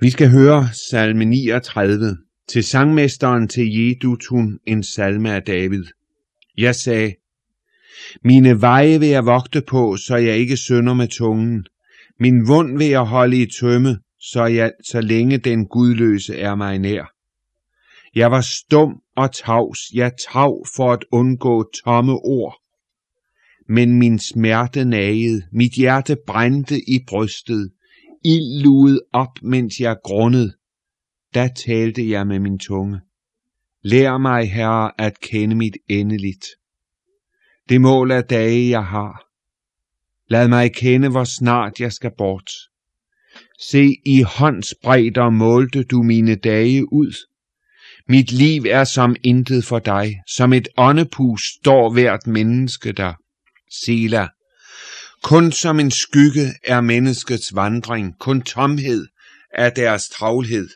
Vi skal høre salme 39. Til sangmesteren til Jedutun, en salme af David. Jeg sagde, mine veje vil jeg vogte på, så jeg ikke synder med tungen. Min mund vil jeg holde i tømme, så længe den gudløse er mig nær. Jeg var stum og tavs, jeg tav for at undgå tomme ord. Men min smerte nagede, mit hjerte brændte i brystet, ild lugede op, mens jeg grundede. Da talte jeg med min tunge. Lær mig, Herre, at kende mit endeligt. Det mål af dage, jeg har. Lad mig kende, hvor snart jeg skal bort. Se, i håndsbredder målte du mine dage ud. Mit liv er som intet for dig. Som et åndepust står hvert menneske der. Selah. Kun som en skygge er menneskets vandring. Kun tomhed er deres travlhed.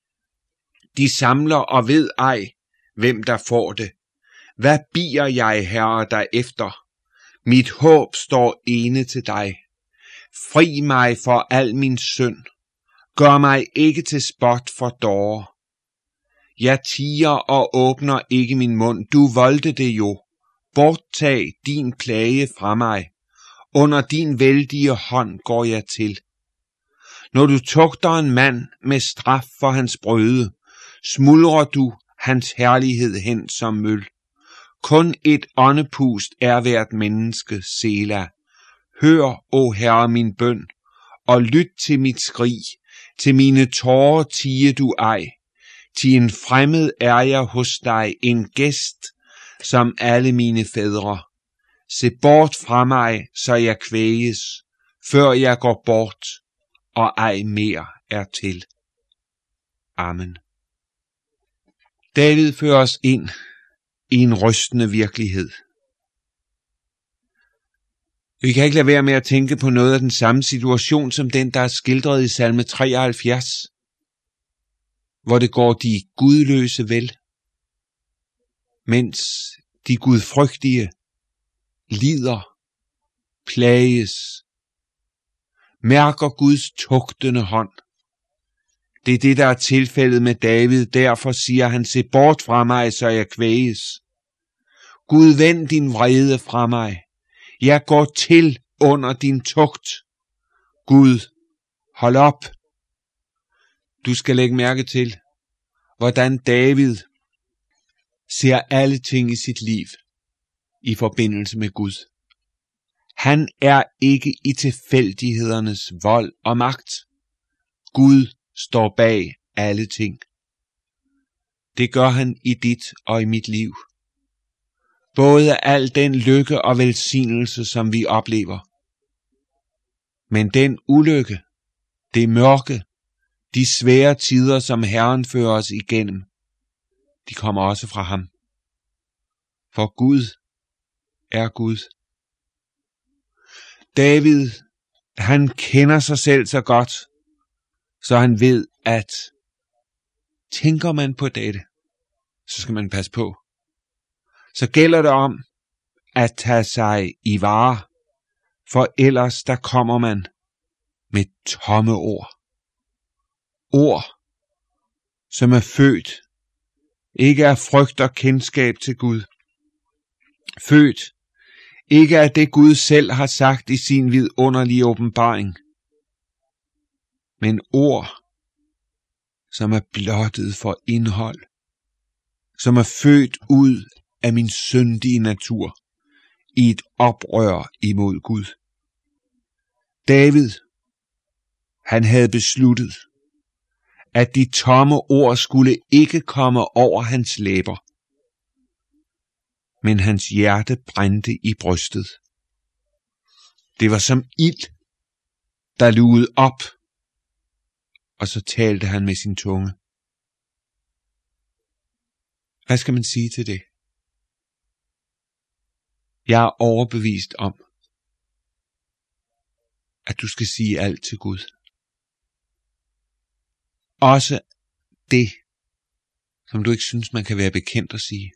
De samler og ved ej, hvem der får det. Hvad bier jeg, Herre, derefter? Mit håb står ene til dig. Fri mig for al min synd. Gør mig ikke til spot for dårer. Jeg tiger og åbner ikke min mund. Du voldte det jo. Borttag din plage fra mig. Under din vældige hånd går jeg til. Når du tugter en mand med straf for hans brøde, smuldrer du hans herlighed hen som møl. Kun et åndepust er hvert menneske, Selah. Hør, o Herre, min bøn, og lyt til mit skrig. Til mine tårer tie du ej. Til en fremmed er jeg hos dig, en gæst, som alle mine fædre. Se bort fra mig, så jeg kvæges, før jeg går bort, og ej mere er til. Amen. David fører os ind i en rystende virkelighed. Vi kan ikke lade være med at tænke på noget af den samme situation som den, der er skildret i salme 73, hvor det går de gudløse vel, mens de gudfrygtige lider, plages, mærker Guds tugtende hånd. Det er det, der er tilfældet med David. Derfor siger han, se bort fra mig, så jeg kvæges. Gud, vend din vrede fra mig. Jeg går til under din tugt. Gud, hold op. Du skal lægge mærke til, hvordan David ser alle ting i sit liv i forbindelse med Gud. Han er ikke i tilfældighedernes vold og magt. Gud står bag alle ting. Det gør han i dit og i mit liv. Både al den lykke og velsignelse, som vi oplever. Men den ulykke, det mørke, de svære tider, som Herren fører os igennem, de kommer også fra ham. For Gud er Gud. David, han kender sig selv så godt, så han ved, at tænker man på dette, så skal man passe på. Så gælder det om at tage sig i vare, for ellers der kommer man med tomme ord. Ord, som er født, ikke af frygt og kendskab til Gud. Født, ikke af det Gud selv har sagt i sin vidunderlige åbenbaring, men ord, som er blottet for indhold, som er født ud af min syndige natur, i et oprør imod Gud. David, han havde besluttet, at de tomme ord skulle ikke komme over hans læber, men hans hjerte brændte i brystet. Det var som ild, der lugede op, og så talte han med sin tunge. Hvad skal man sige til det? Jeg er overbevist om, at du skal sige alt til Gud. Også det, som du ikke synes, man kan være bekendt at sige.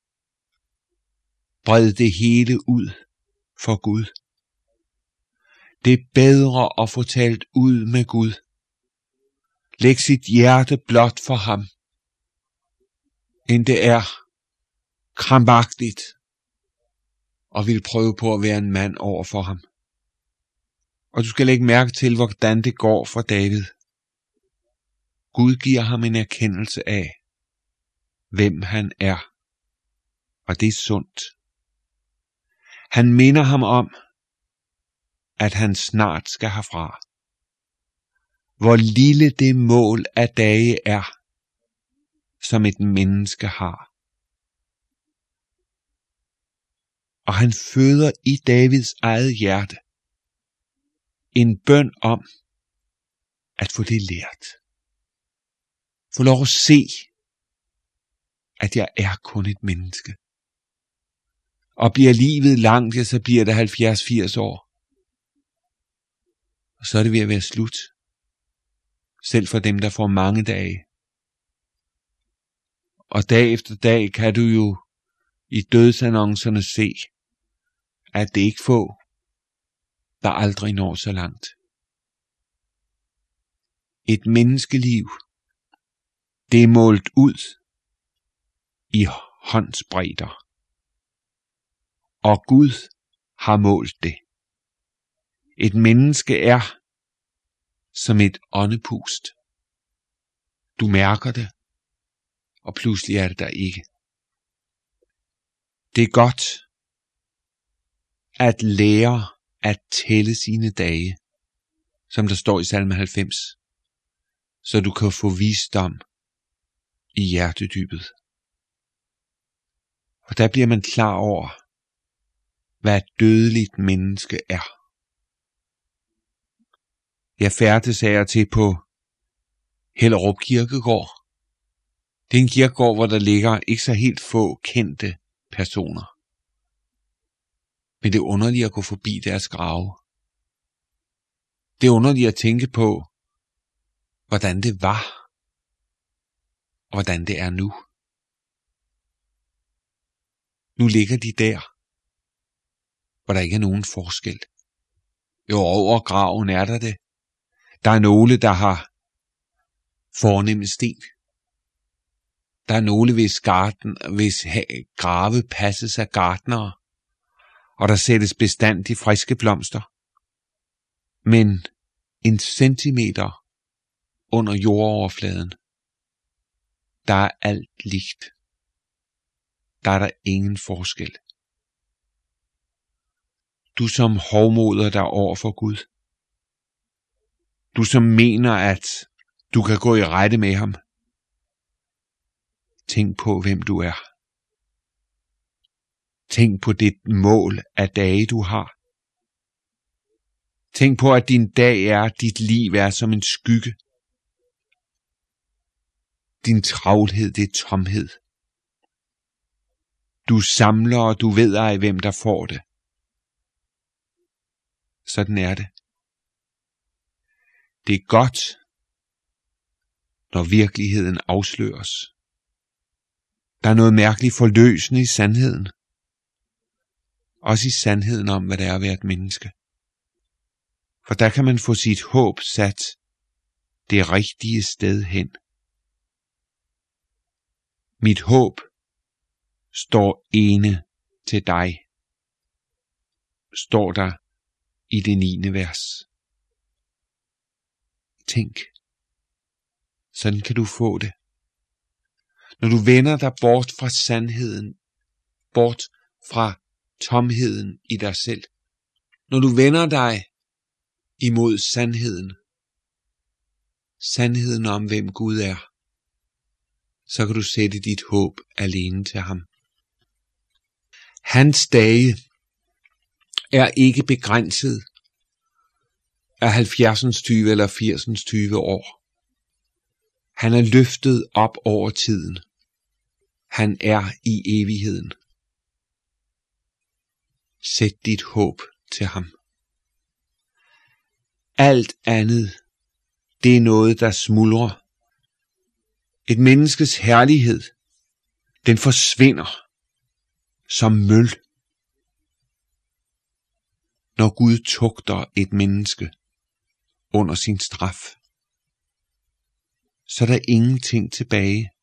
Bred det hele ud for Gud. Det er bedre at få talt ud med Gud. læg sit hjerte blot for ham, end det er krampagtigt og vil prøve på at være en mand over for ham. Og du skal lægge mærke til, hvordan det går for David. Gud giver ham en erkendelse af, hvem han er, og det er sundt. Han minder ham om, at han snart skal herfra. Hvor lille det mål af dage er, som et menneske har. Og han føder i Davids eget hjerte en bøn om at få det lært. Få lov at se, at jeg er kun et menneske. Og bliver livet langt, ja, så bliver det 70-80 år. Og så er det ved at være slut. Selv for dem, der får mange dage. Og dag efter dag kan du jo i dødsannoncerne se, at det ikke få, der aldrig når så langt. Et menneskeliv, det er målt ud i håndsbredder. Og Gud har målt det. Et menneske er som et åndepust. Du mærker det, og pludselig er det der ikke. Det er godt at lære at tælle sine dage, som der står i salme 90, så du kan få visdom i hjertedybet. Og der bliver man klar over, hvad et dødeligt menneske er. Jeg færdes af og til på Hellerup Kirkegård. Det er en kirkegård, hvor der ligger ikke så helt få kendte personer. Men det er underligt at gå forbi deres grave. Det er underligt at tænke på, hvordan det var, og hvordan det er nu. Nu ligger de der, hvor der ikke er nogen forskel. Jo, over graven er der det. Der er nogle, der har fornemme sten. Der er nogle, hvis grave passes af gartnere, og der sættes bestandigt friske blomster. Men en centimeter under jordoverfladen, der er alt ligt. Der er der ingen forskel. Du som hovmoder dig over for Gud. Du som mener, at du kan gå i rette med ham. Tænk på, hvem du er. Tænk på det mål af dage, du har. Tænk på, at din dag er, dit liv er som en skygge. Din travlhed, det er tomhed. Du samler, og du ved ej, hvem der får det. Sådan er det. Det er godt, når virkeligheden afsløres. Der er noget mærkeligt forløsende i sandheden. Også i sandheden om, hvad det er at være et menneske. For der kan man få sit håb sat det rigtige sted hen. Mit håb står ene til dig, står der i det 9. vers. Tænk, sådan kan du få det. Når du vender dig bort fra sandheden, bort fra tomheden i dig selv. Når du vender dig imod sandheden, sandheden om hvem Gud er, så kan du sætte dit håb alene til ham. Hans dage er ikke begrænset af 70'ens 20 eller 80'ens 20 år. Han er løftet op over tiden. Han er i evigheden. Sæt dit håb til ham. Alt andet, det er noget, der smuldrer. Et menneskes herlighed, den forsvinder som møl, når Gud tugter et menneske under sin straf. så er der ingenting tilbage.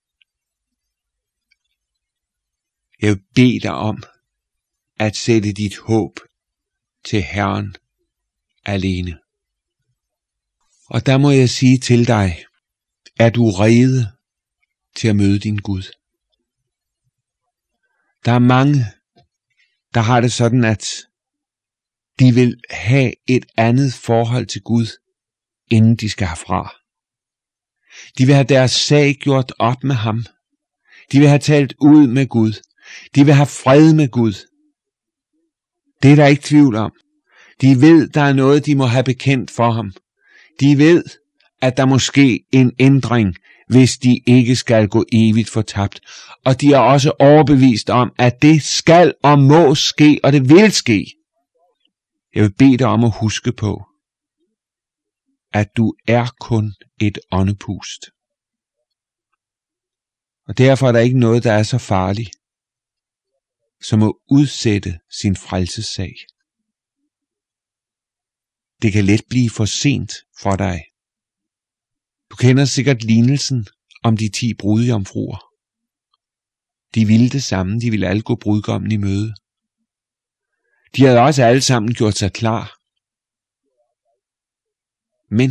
Jeg vil bede dig om at sætte dit håb til Herren alene. Og der må jeg sige til dig, er du rede til at møde din Gud? Der er mange, der har det sådan, at de vil have et andet forhold til Gud, inden de skal herfra. De vil have deres sag gjort op med ham. De vil have talt ud med Gud. De vil have fred med Gud. Det er der ikke tvivl om. De ved, der er noget, de må have bekendt for ham. De ved, at der må ske en ændring, hvis de ikke skal gå evigt fortabt. Og de er også overbevist om, at det skal og må ske, og det vil ske. Jeg vil bede dig om at huske på, at du er kun et åndepust. Og derfor er der ikke noget, der er så farligt, som at udsætte sin frelsessag. Det kan let blive for sent for dig. Du kender sikkert lignelsen om de 10 brudjomfruer. De ville det samme, de ville alle gå brudgommen i møde. De havde også alle sammen gjort sig klar. Men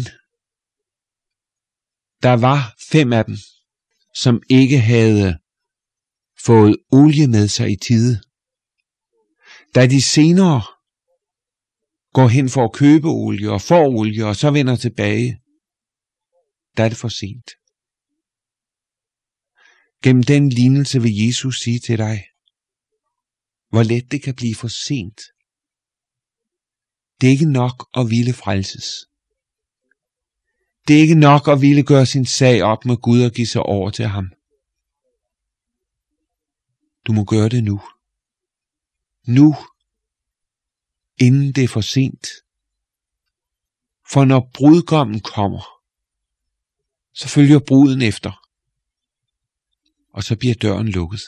der var 5 af dem, som ikke havde fået olie med sig i tide. Da de senere går hen for at købe olie og får olie og så vender tilbage, der er det for sent. Gennem den lignelse vil Jesus sige til dig, hvor let det kan blive for sent. Det er ikke nok at ville frelses. Det er ikke nok at ville gøre sin sag op med Gud og give sig over til ham. Du må gøre det nu. Nu, inden det er for sent. For når brudgommen kommer, så følger bruden efter. Og så bliver døren lukket.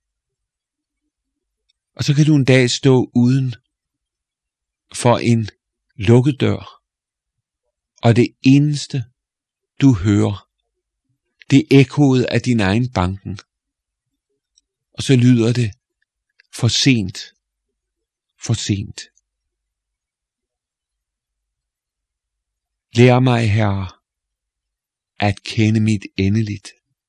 Og så kan du en dag stå uden for en lukket dør. Og det eneste, du hører, det er ekkoet af din egen banken. Og så lyder det, for sent, for sent. Lær mig, Herre, at kende mit endeligt.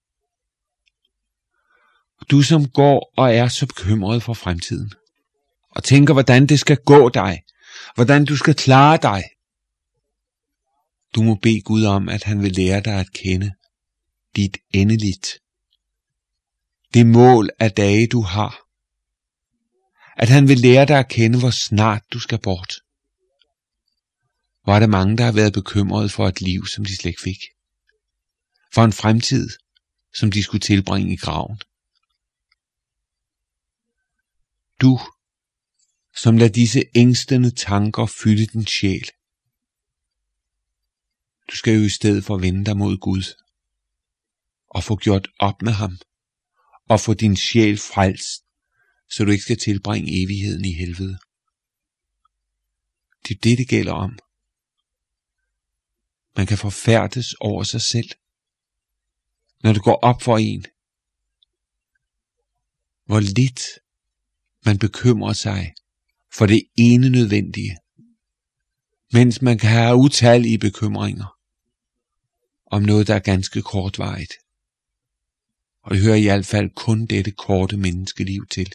Du som går og er så bekymret for fremtiden, og tænker, hvordan det skal gå dig, hvordan du skal klare dig. Du må bede Gud om, at han vil lære dig at kende dit endeligt. Det mål af dage, du har. At han vil lære dig at kende, hvor snart du skal bort. Hvor er der mange, der har været bekymrede for et liv, som de slet ikke fik. For en fremtid, som de skulle tilbringe i graven. Du, som lader disse ængstende tanker fylde din sjæl. Du skal jo i stedet for vende dig mod Gud. Og få gjort op med ham. Og få din sjæl frelst, så du ikke skal tilbringe evigheden i helvede. Det er det, det gælder om. Man kan forfærdes over sig selv, når det går op for en, hvor lidt man bekymrer sig for det ene nødvendige, mens man kan have utallige bekymringer om noget, der er ganske kortvarigt. Og det hører i hvert fald kun dette korte menneskeliv til.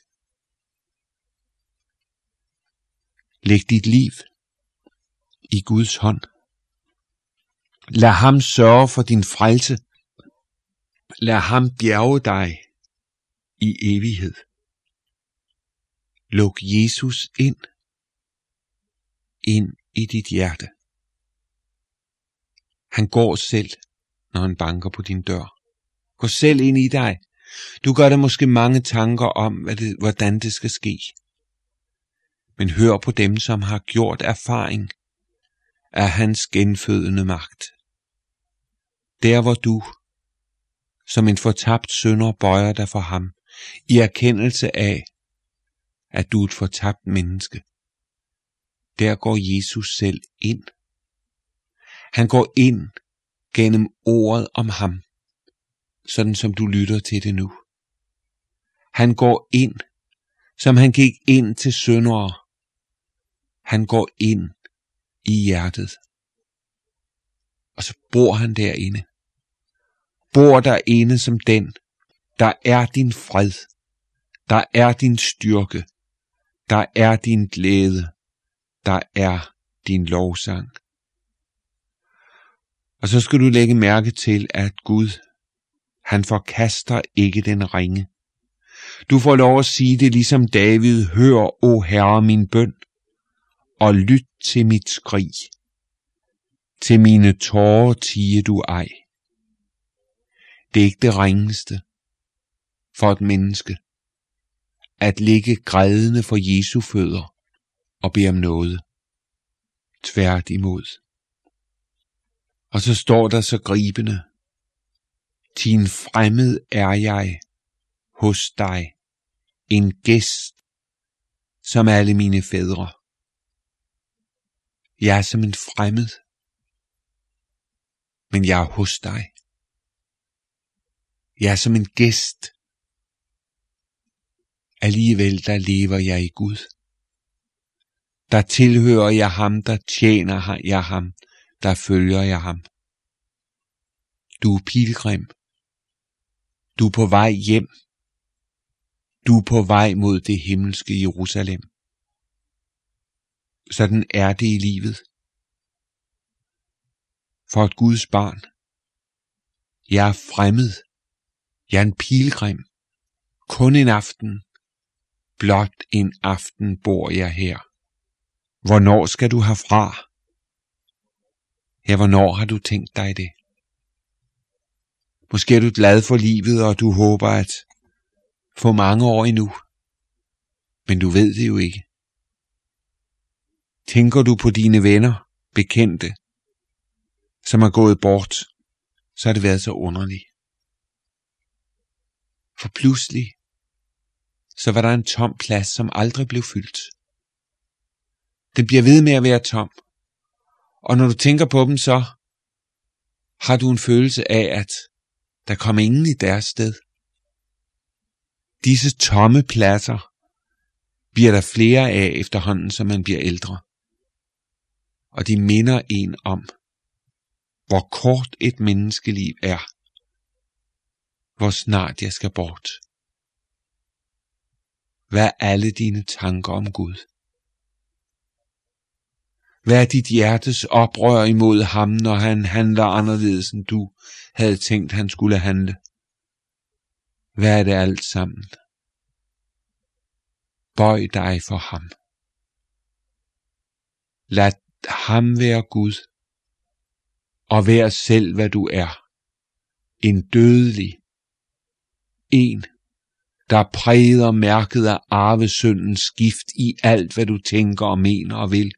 Læg dit liv i Guds hånd. Lad ham sørge for din frelse. Lad ham bjerge dig i evighed. Luk Jesus ind i dit hjerte. Han går selv, når han banker på din dør. Gå selv ind i dig. Du gør dig måske mange tanker om, hvordan det skal ske. Men hør på dem, som har gjort erfaring af hans genfødende magt. Der hvor du, som en fortabt synder, bøjer dig for ham, i erkendelse af, at du er et fortabt menneske. Der går Jesus selv ind. Han går ind gennem ordet om ham, sådan som du lytter til det nu. Han går ind, som han gik ind til syndere. Han går ind i hjertet. Og så bor han derinde. Bor derinde som den, der er din fred, der er din styrke, der er din glæde, der er din lovsang. Og så skal du lægge mærke til, at Gud, han forkaster ikke den ringe. Du får lov at sige det ligesom David: hør, o Herre, min bøn, og lyt til mit skrig. Til mine tårer tie du ej. Det er ikke det ringeste for et menneske at ligge grædende for Jesu fødder og bede om noget. Tværtimod. Og så står der så gribende: din fremmed er jeg hos dig, en gæst som alle mine fædre. Jeg er som en fremmed, men jeg er hos dig. Jeg er som en gæst. Alligevel der lever jeg i Gud. Der tilhører jeg ham, der tjener jeg ham, der følger jeg ham. Du er pilgrim. Du er på vej hjem. Du er på vej mod det himmelske Jerusalem. Sådan er det i livet. For et Guds barn. Jeg er fremmed. Jeg er en pilgrim. Kun en aften. Blot en aften bor jeg her. Hvornår skal du herfra? Ja, hvornår har du tænkt dig det? Måske er du glad for livet, og du håber at få mange år endnu. Men du ved det jo ikke. Tænker du på dine venner, bekendte, som er gået bort, så har det været så underligt. For pludselig, så var der en tom plads, som aldrig blev fyldt. Den bliver ved med at være tom. Og når du tænker på dem, så har du en følelse af, at der kommer ingen i deres sted. Disse tomme pladser bliver der flere af efterhånden, som man bliver ældre. Og de minder en om, hvor kort et menneskeliv er. Hvor snart jeg skal bort. Hvad er alle dine tanker om Gud? Hvad er dit hjertes oprør imod ham, når han handler anderledes, end du havde tænkt, han skulle handle? Hvad er det alt sammen? Bøj dig for ham. Lad ham være Gud, og vær selv, hvad du er. En dødelig. En, der præger mærket af arvesyndens skift i alt, hvad du tænker og mener og vil.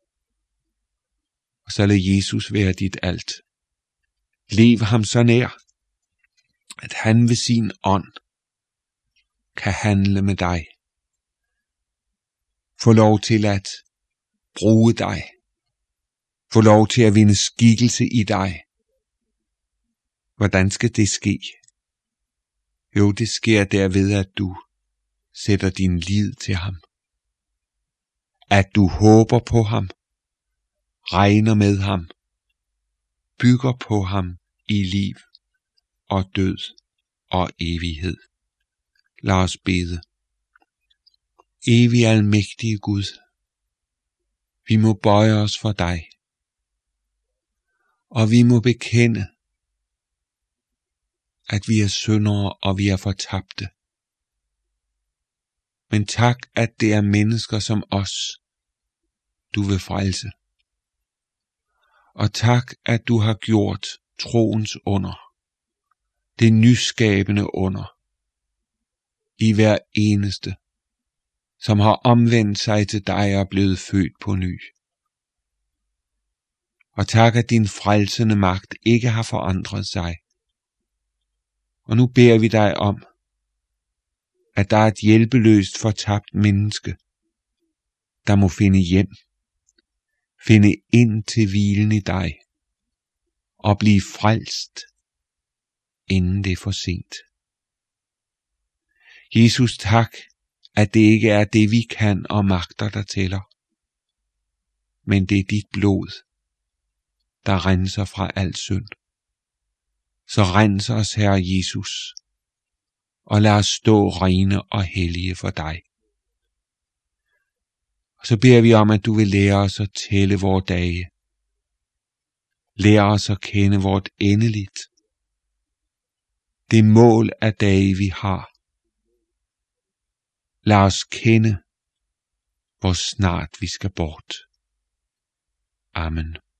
Og så lad Jesus være dit alt. Lev ham så nær, at han ved sin ånd kan handle med dig. Få lov til at bruge dig. Få lov til at vinde skikkelse i dig. Hvordan skal det ske? Jo, det sker derved, at du sætter din lid til ham. At du håber på ham. Regner med ham. Bygger på ham i liv og død og evighed. Lad os bede. Evig almægtige Gud, vi må bøje os for dig, og vi må bekende, at vi er syndere og vi er fortabte. Men tak, at det er mennesker som os, du vil frelse. Og tak, at du har gjort troens under, det nyskabende under, i hver eneste, som har omvendt sig til dig og blevet født på ny. Og tak, at din frelsende magt ikke har forandret sig. Og nu beder vi dig om, at der er et hjælpeløst fortabt menneske, der må finde hjem, finde ind til hvilen i dig, og blive frelst, inden det er for sent. Jesus, tak, at det ikke er det, vi kan og magter, der tæller, men det er dit blod, der renser fra al synd. Så rens os, Herre Jesus, og lad os stå rene og hellige for dig. Og så beder vi om, at du vil lære os at tælle vores dage. Lær os at kende vort endeligt. Det mål af dage, vi har. Lad os kende, hvor snart vi skal bort. Amen.